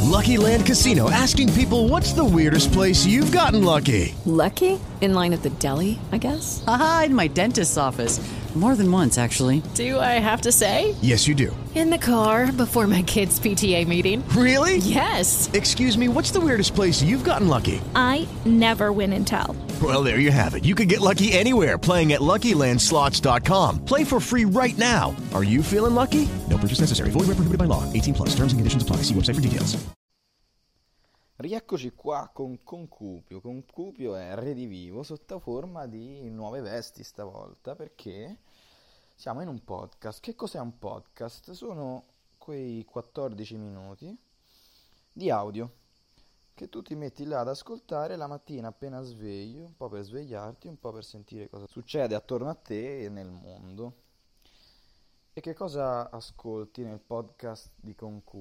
Lucky Land Casino, asking people, what's the weirdest place you've gotten lucky? Lucky? In line at the deli, I guess? Aha, in my dentist's office. More than once, actually. Do I have to say? Yes, you do. In the car before my kids' PTA meeting. Really? Yes. Excuse me, what's the weirdest place you've gotten lucky? I never win and tell. Well, there you have it. You can get lucky anywhere, playing at LuckyLandSlots.com. Play for free right now. Are you feeling lucky? No purchase necessary. Void where prohibited by law. 18 plus. Terms and conditions apply. See website for details. Rieccoci qua con Concupio. Concupio è redivivo sotto forma di nuove vesti stavolta, perché siamo in un podcast. Che cos'è un podcast? Sono quei 14 minuti di audio che tu ti metti là ad ascoltare la mattina appena svegli, un po' per svegliarti, un po' per sentire cosa succede attorno a te e nel mondo. E che cosa ascolti nel podcast di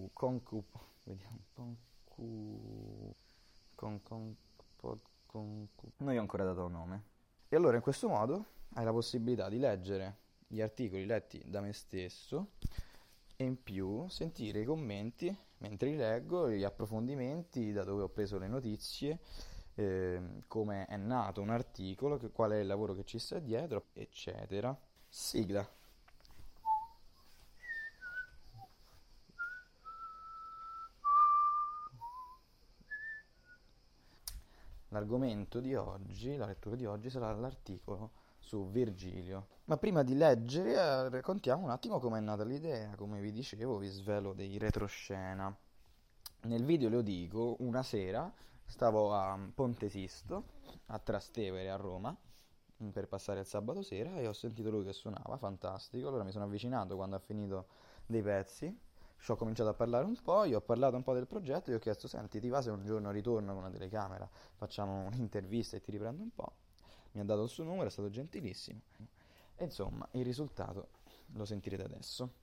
non gli ho ancora dato un nome. E allora in questo modo hai la possibilità di leggere gli articoli letti da me stesso e in più sentire i commenti mentre li leggo, gli approfondimenti, da dove ho preso le notizie, come è nato un articolo, qual è il lavoro che ci sta dietro, eccetera. Sigla. L'argomento di oggi, la lettura di oggi sarà l'articolo su Virgilio. Ma prima di leggere raccontiamo un attimo come è nata l'idea. Come vi dicevo, vi svelo dei retroscena. Nel video lo dico, una sera stavo a Ponte Sisto, a Trastevere, a Roma, per passare il sabato sera, e ho sentito lui che suonava, fantastico. Allora mi sono avvicinato quando ha finito dei pezzi. Ci ho cominciato a parlare un po', io ho parlato un po' del progetto e gli ho chiesto: senti, ti va se un giorno ritorno con una telecamera, facciamo un'intervista e ti riprendo un po'? Mi ha dato il suo numero, è stato gentilissimo. E insomma, il risultato lo sentirete adesso.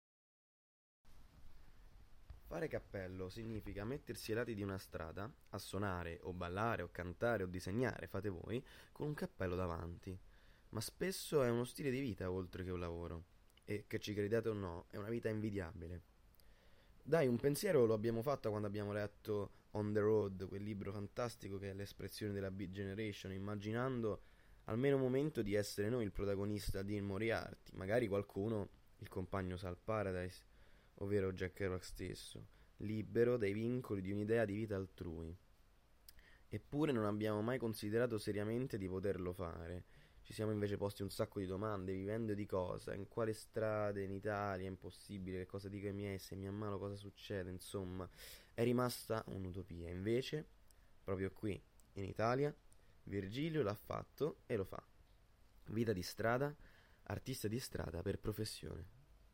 Fare cappello significa mettersi ai lati di una strada a suonare o ballare o cantare o disegnare, fate voi, con un cappello davanti. Ma spesso è uno stile di vita oltre che un lavoro. E, che ci crediate o no, è una vita invidiabile. Dai, un pensiero lo abbiamo fatto quando abbiamo letto On the Road, quel libro fantastico che è l'espressione della Beat Generation, immaginando almeno un momento di essere noi il protagonista di Moriarty, magari qualcuno il compagno Sal Paradise, ovvero Jack Kerouac stesso, libero dai vincoli di un'idea di vita altrui. Eppure non abbiamo mai considerato seriamente di poterlo fare. Ci siamo invece posti un sacco di domande: vivendo di cosa? In quale strade? In Italia? È impossibile? Che cosa dico ai miei? Se mi ammalo cosa succede? Insomma, è rimasta un'utopia. Invece, proprio qui, in Italia, Virgilio l'ha fatto e lo fa. Vita di strada, artista di strada per professione.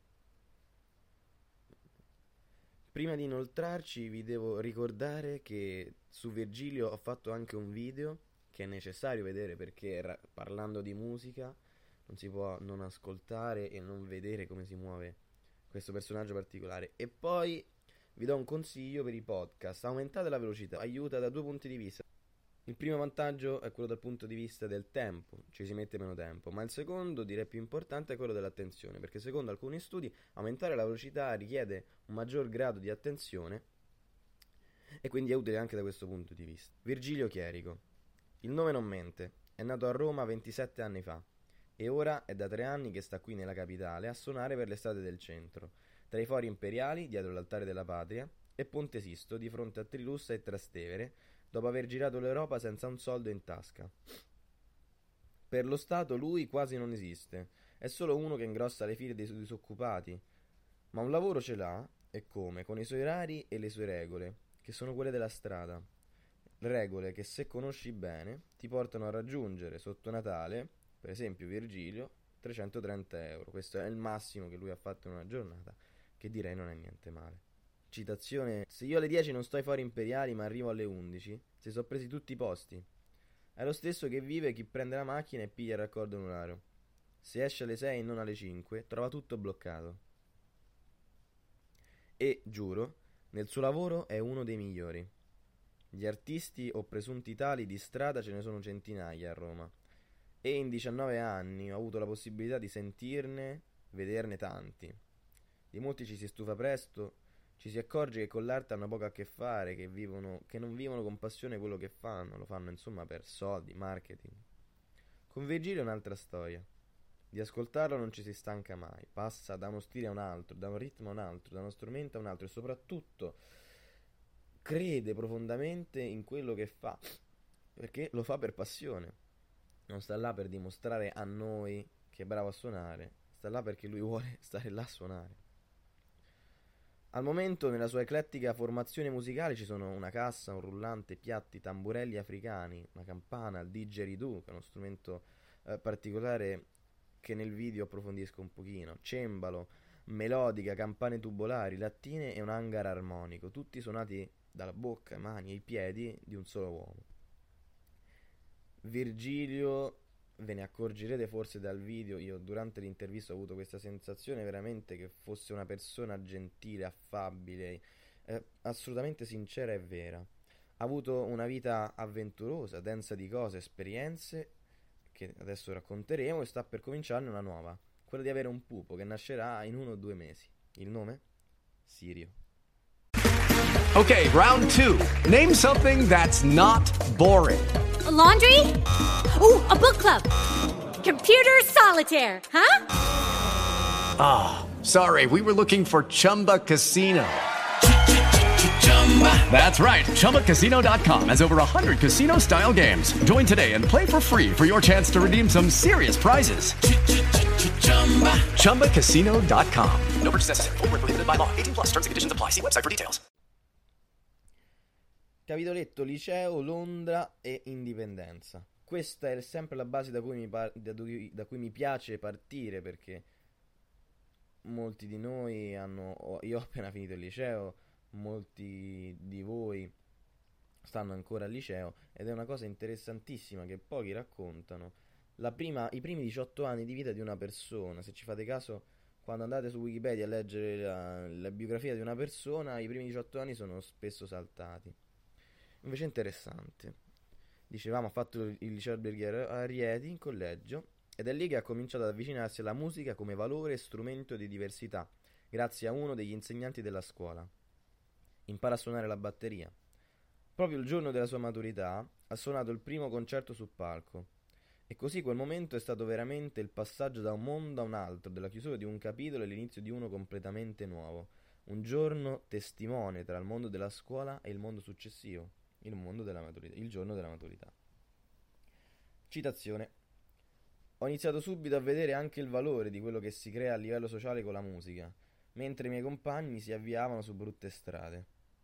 Prima di inoltrarci vi devo ricordare che su Virgilio ho fatto anche un video che è necessario vedere, perché parlando di musica non si può non ascoltare e non vedere come si muove questo personaggio particolare. E poi vi do un consiglio per i podcast: aumentate la velocità, aiuta da due punti di vista. Il primo vantaggio è quello dal punto di vista del tempo, ci si mette meno tempo, ma il secondo, direi più importante, è quello dell'attenzione, perché secondo alcuni studi aumentare la velocità richiede un maggior grado di attenzione e quindi è utile anche da questo punto di vista. Virgilio Chierico. Il nome non mente, è nato a Roma 27 anni fa e ora è da 3 anni che sta qui nella capitale a suonare per le strade del centro, tra i fori imperiali dietro l'altare della patria e Ponte Sisto di fronte a Trilussa e Trastevere, dopo aver girato l'Europa senza un soldo in tasca. Per lo Stato lui quasi non esiste, è solo uno che ingrossa le file dei disoccupati, ma un lavoro ce l'ha, e come, con i suoi orari e le sue regole, che sono quelle della strada. Regole che, se conosci bene, ti portano a raggiungere sotto Natale, per esempio Virgilio, 330 euro. Questo è il massimo che lui ha fatto in una giornata, che direi non è niente male. Citazione: se io alle 10 non sto ai fori imperiali ma arrivo alle 11, si sono presi tutti i posti. È lo stesso che vive chi prende la macchina e piglia il raccordo anulare. Se esce alle 6 e non alle 5, trova tutto bloccato. E, giuro, nel suo lavoro è uno dei migliori. Gli artisti o presunti tali di strada ce ne sono centinaia a Roma, e in 19 anni ho avuto la possibilità di sentirne, vederne tanti. Di molti ci si stufa presto, Ci si accorge che con l'arte hanno poco a che fare, che non vivono con passione quello che fanno, lo fanno insomma per soldi, marketing. Con Virgilio è un'altra storia. Di ascoltarlo non ci si stanca mai, passa da uno stile a un altro, da un ritmo a un altro, da uno strumento a un altro e soprattutto crede profondamente in quello che fa, perché lo fa per passione. Non sta là per dimostrare a noi che è bravo a suonare, sta là perché lui vuole stare là a suonare. Al momento nella sua eclettica formazione musicale ci sono una cassa, un rullante, piatti, tamburelli africani, una campana, il didgeridoo, che è uno strumento particolare che nel video approfondisco un pochino, cembalo, melodica, campane tubolari, lattine e un hangar armonico, tutti suonati dalla bocca, le mani e i piedi di un solo uomo. Virgilio, ve ne accorgerete forse dal video, io durante l'intervista ho avuto questa sensazione veramente che fosse una persona gentile, affabile, assolutamente sincera e vera. Ha avuto una vita avventurosa, densa di cose, esperienze che adesso racconteremo, e sta per cominciarne una nuova, quella di avere un pupo che nascerà in 1 o 2 mesi. Il nome? Sirio. Okay, round 2. Name something that's not boring. A laundry? Ooh, a book club. Computer solitaire, huh? Sorry, we were looking for Chumba Casino. That's right, ChumbaCasino.com has over 100 casino-style games. Join today and play for free for your chance to redeem some serious prizes. ChumbaCasino.com. No purchase necessary. Void where prohibited by law. 18+ terms and conditions apply. See website for details. Capitoletto liceo, Londra e indipendenza. Questa è sempre la base da cui mi piace partire, perché molti di noi io ho appena finito il liceo, molti di voi stanno ancora al liceo, ed è una cosa interessantissima che pochi raccontano. I primi 18 anni di vita di una persona, se ci fate caso, quando andate su Wikipedia a leggere la biografia di una persona, i primi 18 anni sono spesso saltati. Invece è interessante. Dicevamo, ha fatto il liceo alberghiero a Rieti in collegio, ed è lì che ha cominciato ad avvicinarsi alla musica come valore e strumento di diversità, grazie a uno degli insegnanti della scuola. Impara a suonare la batteria. Proprio il giorno della sua maturità ha suonato il primo concerto sul palco, e così quel momento è stato veramente il passaggio da un mondo a un altro, della chiusura di un capitolo e l'inizio di uno completamente nuovo. Un giorno testimone tra il mondo della scuola e il mondo successivo, il giorno della maturità. Citazione: ho iniziato subito a vedere anche il valore di quello che si crea a livello sociale con la musica, mentre i miei compagni si avviavano su brutte strade.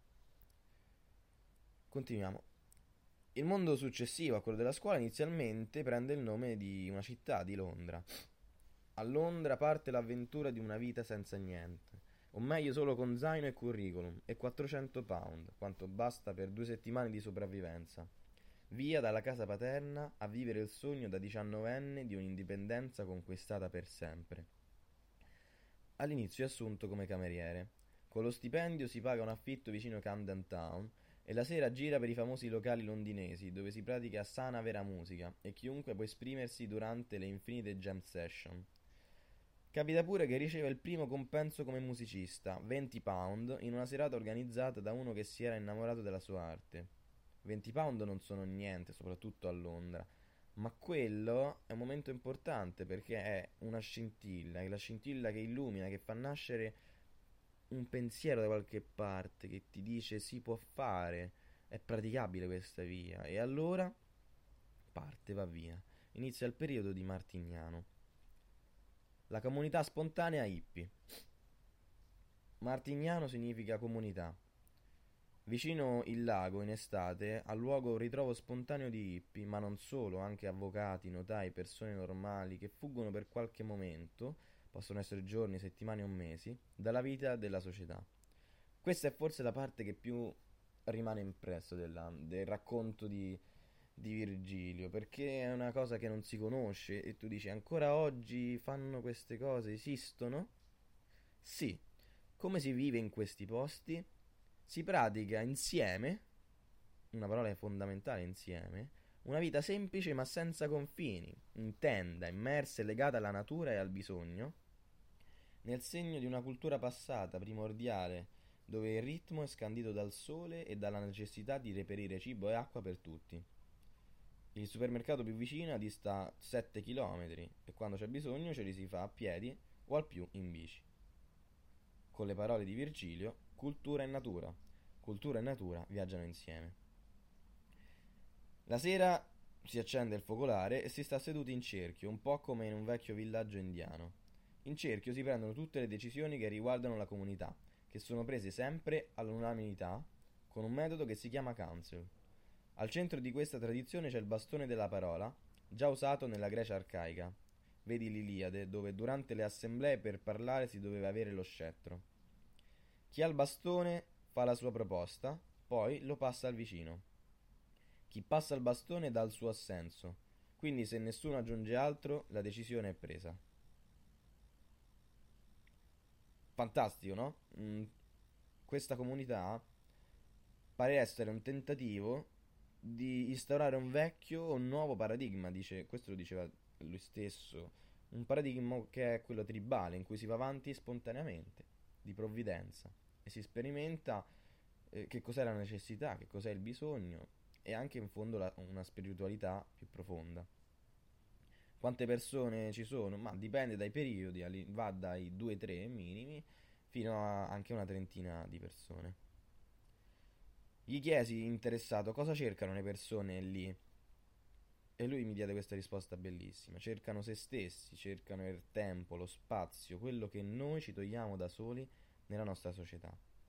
Continuiamo. Il mondo successivo a quello della scuola inizialmente prende il nome di una città, di Londra. A Londra parte l'avventura di una vita senza niente, o meglio solo con zaino e curriculum e 400 pound, quanto basta per 2 settimane di sopravvivenza. Via dalla casa paterna a vivere il sogno da 19enne di un'indipendenza conquistata per sempre. All'inizio è assunto come cameriere. Con lo stipendio si paga un affitto vicino Camden Town e la sera gira per i famosi locali londinesi dove si pratica sana vera musica e chiunque può esprimersi durante le infinite jam session. Capita pure che riceva il primo compenso come musicista, 20 pound, in una serata organizzata da uno che si era innamorato della sua arte. 20 pound non sono niente, soprattutto a Londra, ma quello è un momento importante perché è una scintilla, è la scintilla che illumina, che fa nascere un pensiero da qualche parte, che ti dice si può fare, è praticabile questa via, e allora parte, va via. Inizia il periodo di Martignano. La comunità spontanea hippie. Martignano significa comunità. Vicino il lago, in estate, ha luogo un ritrovo spontaneo di hippie, ma non solo, anche avvocati, notai, persone normali che fuggono per qualche momento, possono essere giorni, settimane o mesi, dalla vita della società. Questa è forse la parte che più rimane impresso del racconto di Virgilio, perché è una cosa che non si conosce e tu dici ancora oggi fanno queste cose, esistono? Sì. Come si vive in questi posti? Si pratica insieme, una parola fondamentale, insieme, una vita semplice ma senza confini, in tenda, immersa e legata alla natura e al bisogno, nel segno di una cultura passata, primordiale, dove il ritmo è scandito dal sole e dalla necessità di reperire cibo e acqua per tutti. Il supermercato più vicino dista 7 km e quando c'è bisogno ce li si fa a piedi o al più in bici. Con le parole di Virgilio, cultura e natura. Cultura e natura viaggiano insieme. La sera si accende il focolare e si sta seduti in cerchio, un po' come in un vecchio villaggio indiano. In cerchio si prendono tutte le decisioni che riguardano la comunità, che sono prese sempre all'unanimità con un metodo che si chiama council. Al centro di questa tradizione c'è il bastone della parola, già usato nella Grecia arcaica. Vedi l'Iliade, dove durante le assemblee per parlare si doveva avere lo scettro. Chi ha il bastone fa la sua proposta, poi lo passa al vicino. Chi passa il bastone dà il suo assenso, quindi se nessuno aggiunge altro, la decisione è presa. Fantastico, no? Questa comunità pare essere un tentativo di instaurare un vecchio o un nuovo paradigma, questo lo diceva lui stesso, un paradigma che è quello tribale, in cui si va avanti spontaneamente, di provvidenza, e si sperimenta che cos'è la necessità, che cos'è il bisogno, e anche in fondo una spiritualità più profonda. Quante persone ci sono? Ma dipende dai periodi, va dai 2-3 minimi fino a anche una trentina di persone. Gli chiesi interessato cosa cercano le persone lì e lui mi diede questa risposta bellissima: cercano se stessi, cercano il tempo, lo spazio, quello che noi ci togliamo da soli nella nostra società.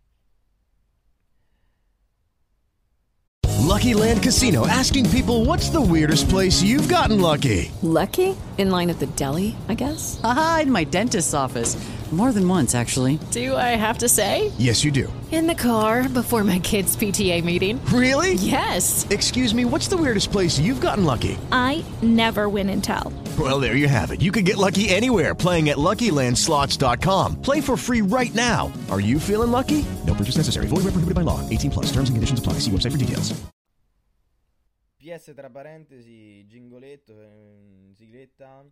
Lucky Land Casino, asking people, what's the weirdest place you've gotten lucky? Lucky? In line at the deli, I guess? Aha, in my dentist's office. More than once, actually. Do I have to say? Yes, you do. In the car before my kids' PTA meeting. Really? Yes. Excuse me, what's the weirdest place you've gotten lucky? I never win and tell. Well, there you have it. You can get lucky anywhere, playing at LuckyLandSlots.com. Play for free right now. Are you feeling lucky? No purchase necessary. Void where prohibited by law. 18+. Terms and conditions apply. See website for details. PS tra parentesi, gingoletto, sigletta.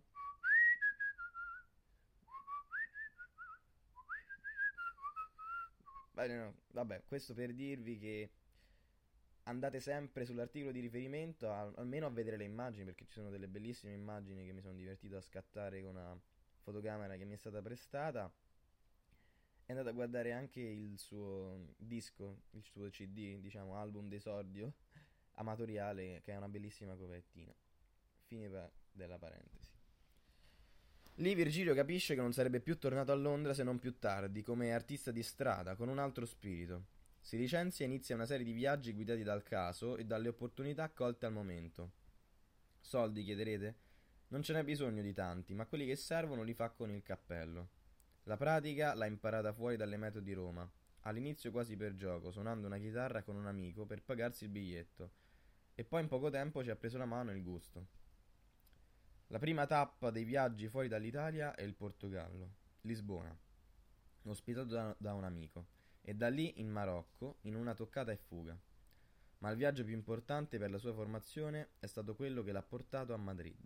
Bene, no, vabbè, questo per dirvi che andate sempre sull'articolo di riferimento, almeno a vedere le immagini, perché ci sono delle bellissime immagini che mi sono divertito a scattare con una fotocamera che mi è stata prestata. E andate a guardare anche il suo disco, il suo CD, diciamo, album d'esordio amatoriale, che è una bellissima copertina. Fine della parentesi. Lì Virgilio capisce che non sarebbe più tornato a Londra se non più tardi, come artista di strada, con un altro spirito. Si licenzia e inizia una serie di viaggi guidati dal caso e dalle opportunità colte al momento. Soldi, chiederete? Non ce n'è bisogno di tanti, ma quelli che servono li fa con il cappello. La pratica l'ha imparata fuori dalle metro di Roma, all'inizio quasi per gioco, suonando una chitarra con un amico per pagarsi il biglietto, e poi in poco tempo ci ha preso la mano e il gusto. La prima tappa dei viaggi fuori dall'Italia è il Portogallo, Lisbona, ospitato da un amico, e da lì in Marocco, in una toccata e fuga. Ma il viaggio più importante per la sua formazione è stato quello che l'ha portato a Madrid.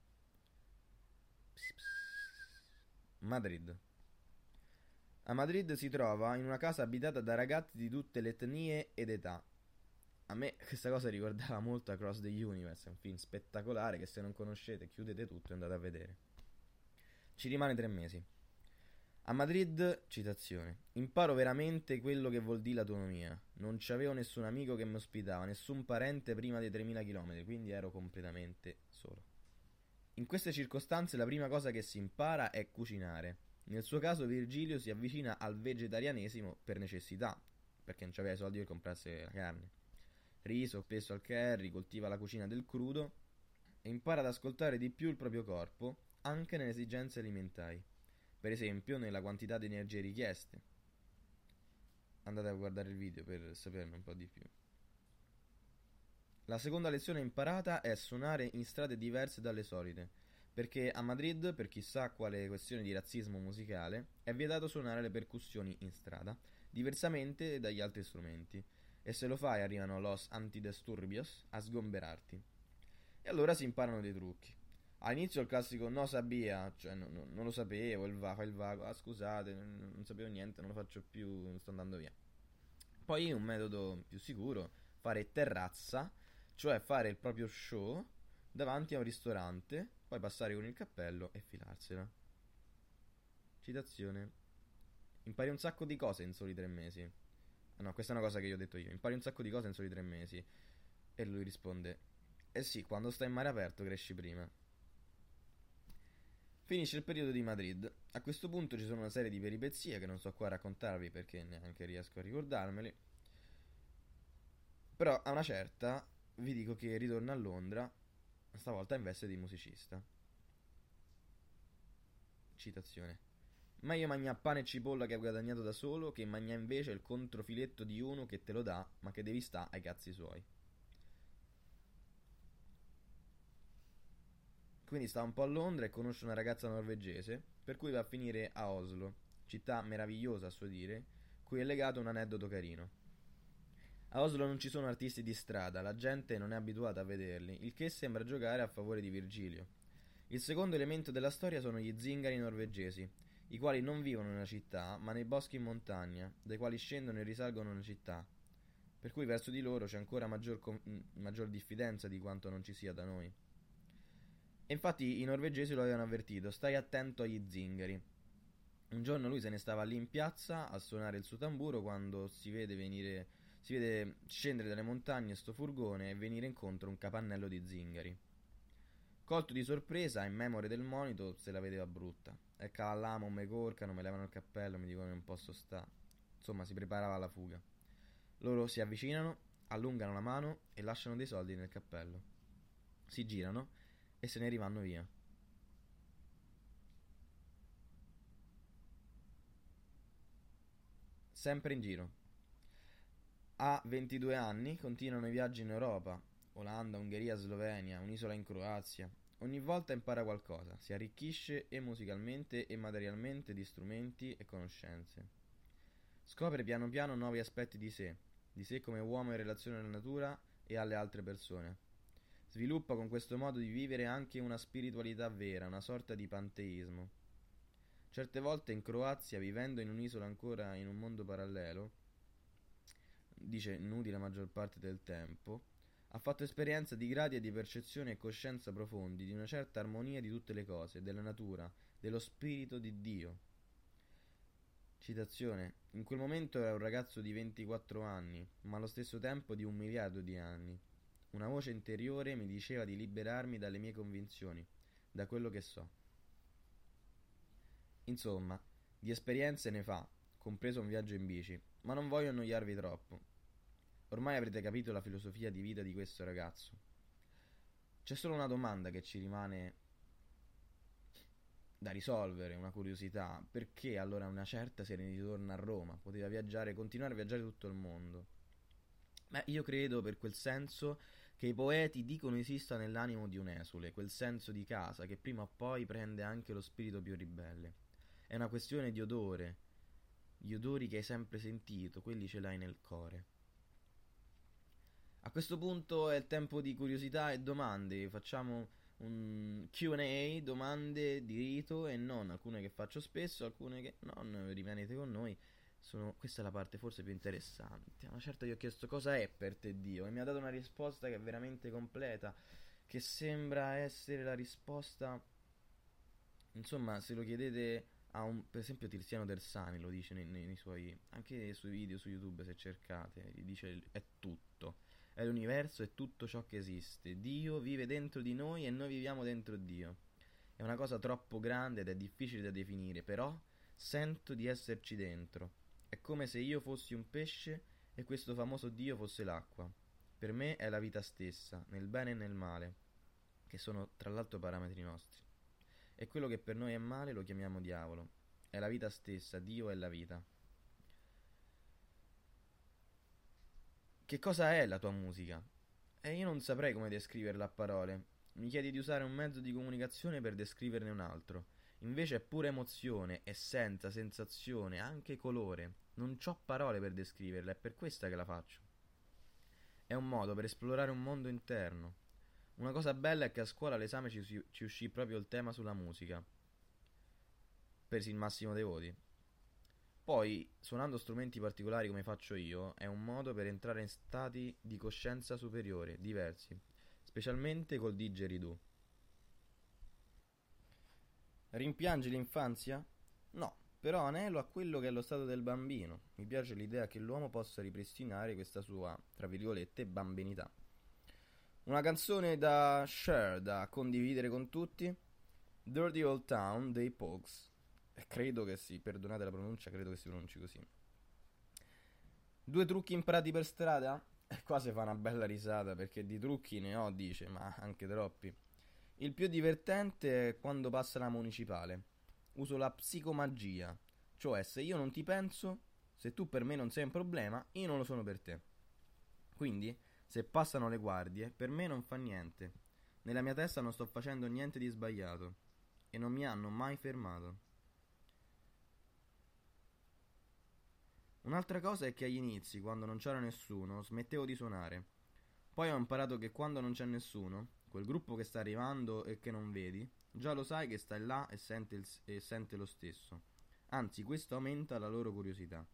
Madrid. A Madrid si trova in una casa abitata da ragazzi di tutte le etnie ed età. A me questa cosa ricordava molto Across the Universe, è un film spettacolare che se non conoscete chiudete tutto e andate a vedere. Ci rimane 3 mesi. A Madrid, citazione, imparo veramente quello che vuol dire l'autonomia. Non c'avevo nessun amico che mi ospitava, nessun parente prima dei 3000 km, quindi ero completamente solo. In queste circostanze la prima cosa che si impara è cucinare. Nel suo caso Virgilio si avvicina al vegetarianesimo per necessità, perché non c'aveva i soldi per comprarsi la carne. Riso, spesso al curry, coltiva la cucina del crudo e impara ad ascoltare di più il proprio corpo anche nelle esigenze alimentari, per esempio nella quantità di energie richieste. Andate a guardare il video per saperne un po' di più. La seconda lezione imparata è suonare in strade diverse dalle solite, perché a Madrid, per chissà quale questione di razzismo musicale, è vietato suonare le percussioni in strada, diversamente dagli altri strumenti, e se lo fai arrivano los antidisturbios a sgomberarti. E allora si imparano dei trucchi. All'inizio il classico no sabia, cioè non lo sapevo, fa il vago, scusate, non sapevo niente, non lo faccio più, sto andando via. Poi un metodo più sicuro, fare terrazza, cioè fare il proprio show davanti a un ristorante, poi passare con il cappello e filarsela. Citazione: impari un sacco di cose in soli 3 mesi. No, questa è una cosa che io ho detto io. Impari un sacco di cose in soli 3 mesi. E lui risponde: eh sì, quando stai in mare aperto cresci prima. Finisce il periodo di Madrid. A questo punto ci sono una serie di peripezie che non sto qua a raccontarvi perché neanche riesco a ricordarmeli. Però a una certa vi dico che ritorna a Londra, stavolta in veste di musicista. Citazione: ma io magna pane e cipolla che hai guadagnato da solo, che magna invece il controfiletto di uno che te lo dà, ma che devi sta ai cazzi suoi. Quindi sta un po' a Londra e conosce una ragazza norvegese, per cui va a finire a Oslo, città meravigliosa a suo dire, cui è legato un aneddoto carino. A Oslo non ci sono artisti di strada, la gente non è abituata a vederli, il che sembra giocare a favore di Virgilio. Il secondo elemento della storia sono gli zingari norvegesi, i quali non vivono nella città, ma nei boschi in montagna, dai quali scendono e risalgono nella città, per cui verso di loro c'è ancora maggior diffidenza di quanto non ci sia da noi. E infatti i norvegesi lo avevano avvertito: stai attento agli zingari. Un giorno lui se ne stava lì in piazza a suonare il suo tamburo quando si vede scendere dalle montagne sto furgone e venire incontro un capannello di zingari. Colto di sorpresa, in memoria del monito, se la vedeva brutta. E cavallammo, me corcano, me levano il cappello, mi dicono che non posso sta. Insomma, si preparava alla fuga. Loro si avvicinano, allungano la mano e lasciano dei soldi nel cappello. Si girano e se ne rivanno via. Sempre in giro. Ha 22 anni, continuano i viaggi in Europa, Olanda, Ungheria, Slovenia, un'isola in Croazia. Ogni volta impara qualcosa, si arricchisce e musicalmente e materialmente di strumenti e conoscenze. Scopre piano piano nuovi aspetti di sé come uomo in relazione alla natura e alle altre persone. Sviluppa con questo modo di vivere anche una spiritualità vera, una sorta di panteismo. Certe volte in Croazia, vivendo in un'isola ancora in un mondo parallelo, dice nudi la maggior parte del tempo, ha fatto esperienza di gradi e di percezione e coscienza profondi, di una certa armonia di tutte le cose, della natura, dello spirito di Dio. Citazione: in quel momento era un ragazzo di 24 anni, ma allo stesso tempo di 1 miliardo di anni. Una voce interiore mi diceva di liberarmi dalle mie convinzioni, da quello che so. Insomma, di esperienze ne fa, compreso un viaggio in bici, ma non voglio annoiarvi troppo. Ormai avrete capito la filosofia di vita di questo ragazzo. C'è solo una domanda che ci rimane da risolvere, una curiosità: perché allora a una certa se ne ritorna a Roma? Poteva viaggiare, continuare a viaggiare tutto il mondo. Beh, io credo per quel senso che i poeti dicono esista nell'animo di un esule, quel senso di casa che prima o poi prende anche lo spirito più ribelle. È una questione di odore, gli odori che hai sempre sentito, quelli ce l'hai nel cuore. A questo punto è il tempo di curiosità e domande. Facciamo un Q&A, domande di rito e non, alcune che faccio spesso, alcune che non. Rimanete con noi. Questa è la parte forse più interessante. A una certa gli ho chiesto: cosa è per te Dio? E mi ha dato una risposta che è veramente completa, che sembra essere la risposta, insomma, se lo chiedete a per esempio Tiziano Tersani, lo dice nei suoi, anche sui video su YouTube, se cercate, gli dice: è tutto, è l'universo, è tutto ciò che esiste. Dio vive dentro di noi e noi viviamo dentro Dio. È una cosa troppo grande ed è difficile da definire, però sento di esserci dentro. È come se io fossi un pesce e questo famoso Dio fosse l'acqua. Per me è la vita stessa, nel bene e nel male, che sono tra l'altro parametri nostri. E quello che per noi è male lo chiamiamo diavolo. È la vita stessa, Dio è la vita. Che cosa è la tua musica? Io non saprei come descriverla a parole. Mi chiedi di usare un mezzo di comunicazione per descriverne un altro. Invece è pura emozione, essenza, sensazione, anche colore. Non c'ho parole per descriverla, è per questa che la faccio. È un modo per esplorare un mondo interno. Una cosa bella è che a scuola all'esame ci uscì proprio il tema sulla musica. Presi il massimo dei voti. Poi, suonando strumenti particolari come faccio io, è un modo per entrare in stati di coscienza superiore, diversi, specialmente col didgeridoo. Rimpiangi l'infanzia? No, però anelo a quello che è lo stato del bambino. Mi piace l'idea che l'uomo possa ripristinare questa sua, tra virgolette, bambinità. Una canzone da share, da condividere con tutti. Dirty Old Town dei Pogues. Credo che sì, perdonate la pronuncia, credo che si pronunci così. 2 trucchi imparati per strada? Qua si fa una bella risata, perché di trucchi ne ho, dice, ma anche troppi. Il più divertente è quando passa la municipale. Uso la psicomagia, cioè se io non ti penso, se tu per me non sei un problema, io non lo sono per te. Quindi, se passano le guardie, per me non fa niente. Nella mia testa non sto facendo niente di sbagliato e non mi hanno mai fermato. Un'altra cosa è che agli inizi, quando non c'era nessuno, smettevo di suonare. Poi ho imparato che quando non c'è nessuno, quel gruppo che sta arrivando e che non vedi, già lo sai che stai là e sente lo stesso. Anzi, questo aumenta la loro curiosità.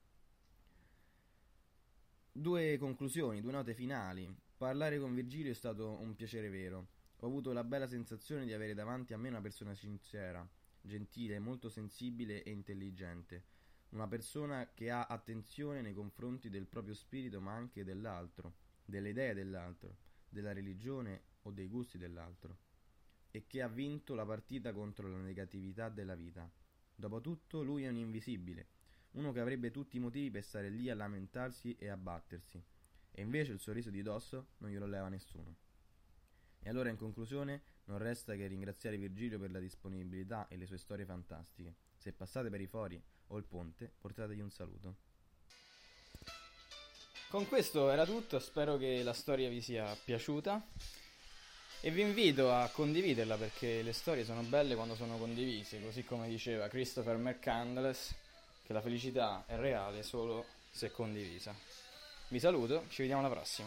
2 conclusioni, 2 note finali. Parlare con Virgilio è stato un piacere vero. Ho avuto la bella sensazione di avere davanti a me una persona sincera, gentile, molto sensibile e intelligente. Una persona che ha attenzione nei confronti del proprio spirito, ma anche dell'altro, delle idee dell'altro, della religione o dei gusti dell'altro, e che ha vinto la partita contro la negatività della vita. Dopotutto lui è un invisibile, uno che avrebbe tutti i motivi per stare lì a lamentarsi e a battersi, e invece il sorriso di dosso non glielo leva nessuno. E allora, in conclusione, non resta che ringraziare Virgilio per la disponibilità e le sue storie fantastiche. Se passate per i fori o il ponte, portategli un saluto. Con questo era tutto, spero che la storia vi sia piaciuta e vi invito a condividerla, perché le storie sono belle quando sono condivise, così come diceva Christopher McCandless, che la felicità è reale solo se condivisa. Vi saluto, ci vediamo alla prossima.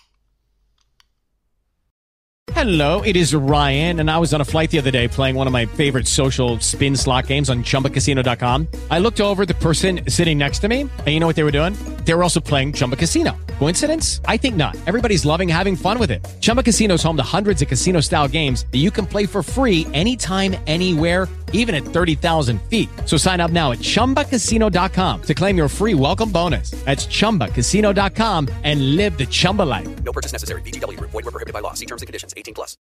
Hello, it is Ryan, and I was on a flight the other day playing one of my favorite social spin slot games on ChumbaCasino.com. I looked over at the person sitting next to me, and you know what they were doing? They were also playing Chumba Casino. Coincidence? I think not. Everybody's loving having fun with it. Chumba Casino is home to hundreds of casino-style games that you can play for free anytime, anywhere, even at 30,000 feet. So sign up now at ChumbaCasino.com to claim your free welcome bonus. That's ChumbaCasino.com and live the Chumba life. No purchase necessary. VGW. Void where prohibited by law. See terms and conditions. 18+.